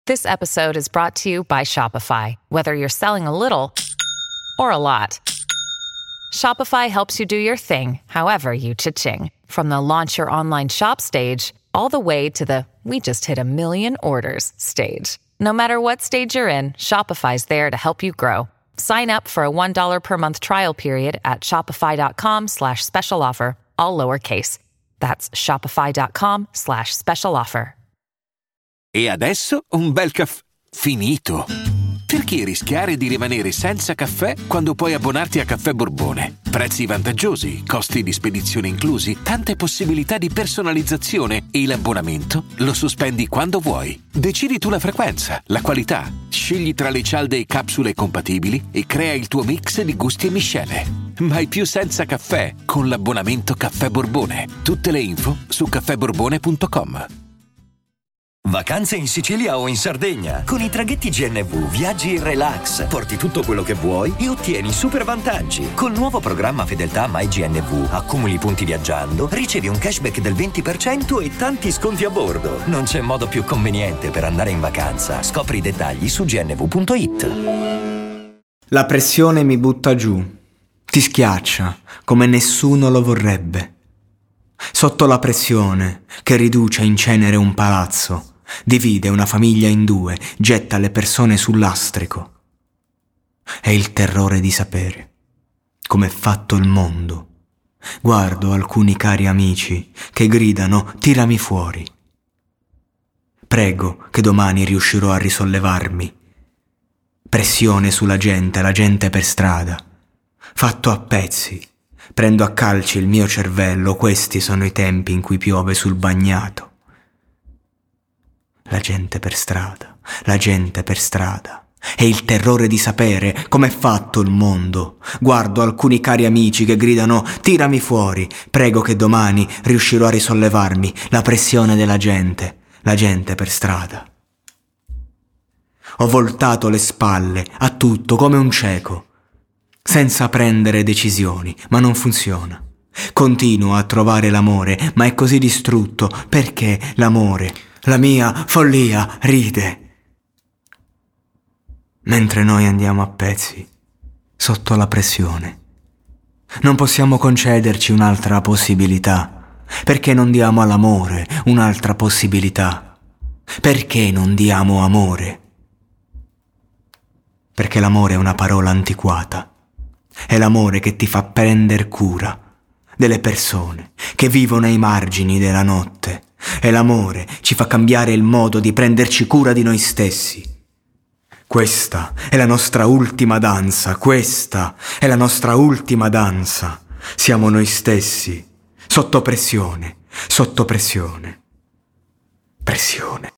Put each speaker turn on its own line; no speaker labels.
This episode is brought to you by Shopify. Whether you're selling a little or a lot, Shopify helps you do your thing, however you cha-ching. From the launch your online shop stage, all the way to the we just hit 1 million orders stage. No matter what stage you're in, Shopify's there to help you grow. Sign up for a $1 per month trial period at shopify.com/special offer, all lowercase. That's shopify.com/special offer.
E adesso un bel caffè finito. Perché rischiare di rimanere senza caffè quando puoi abbonarti a Caffè Borbone? Prezzi vantaggiosi, costi di spedizione inclusi, tante possibilità di personalizzazione e l'abbonamento lo sospendi quando vuoi. Decidi tu la frequenza, la qualità, scegli tra le cialde e capsule compatibili e crea il tuo mix di gusti e miscele. Mai più senza caffè con l'abbonamento Caffè Borbone. Tutte le info su caffèborbone.com.
Vacanze in Sicilia o in Sardegna. Con i traghetti GNV viaggi in relax, porti tutto quello che vuoi e ottieni super vantaggi. Col nuovo programma Fedeltà MyGNV accumuli punti viaggiando, ricevi un cashback del 20% e tanti sconti a bordo. Non c'è modo più conveniente per andare in vacanza. Scopri i dettagli su gnv.it.
La pressione mi butta giù, ti schiaccia come nessuno lo vorrebbe. Sotto la pressione che riduce in cenere un palazzo, divide una famiglia in due, getta le persone sul lastrico. È il terrore di sapere com'è fatto il mondo. Guardo alcuni cari amici che gridano «tirami fuori». Prego che domani riuscirò a risollevarmi. Pressione sulla gente, la gente per strada. Fatto a pezzi. Prendo a calci il mio cervello, questi sono i tempi in cui piove sul bagnato. La gente per strada, la gente per strada. È il terrore di sapere com'è fatto il mondo. Guardo alcuni cari amici che gridano «tirami fuori». Prego che domani riuscirò a risollevarmi. La pressione della gente, la gente per strada. Ho voltato le spalle a tutto come un cieco, senza prendere decisioni, ma non funziona. Continuo a trovare l'amore, ma è così distrutto perché l'amore, la mia follia, ride. Mentre noi andiamo a pezzi, sotto la pressione. Non possiamo concederci un'altra possibilità. Perché non diamo all'amore un'altra possibilità? Perché non diamo amore? Perché l'amore è una parola antiquata. È l'amore che ti fa prender cura delle persone che vivono ai margini della notte. E l'amore ci fa cambiare il modo di prenderci cura di noi stessi. Questa è la nostra ultima danza, questa è la nostra ultima danza. Siamo noi stessi, sotto pressione, pressione.